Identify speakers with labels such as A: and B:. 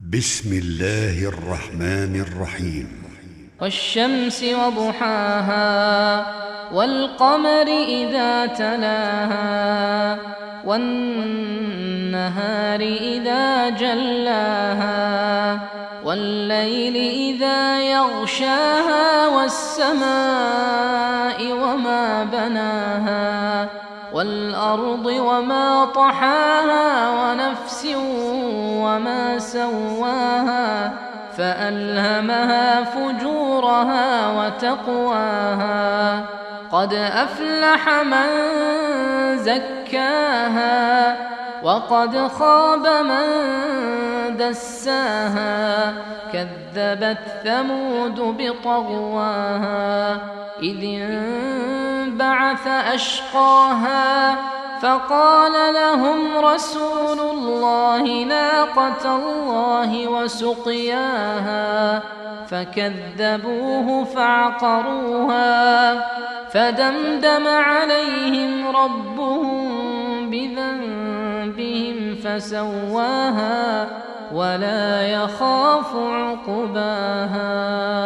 A: بسم الله الرحمن الرحيم.
B: والشمس وضحاها والقمر إذا تلاها والنهار إذا جلاها والليل إذا يغشاها والسماء وما بناها والأرض وما طحاها ونفس وما سواها فألهمها فجورها وتقواها قد أفلح من زكاها وقد خاب من دساها كذبت ثمود بطغواها إذ انبعث أشقاها فقال لهم رسول الله ناقة الله وسقياها فكذبوه فعقروها فدمدم عليهم ربهم بذنبهم فسواها ولا يخاف عقباها.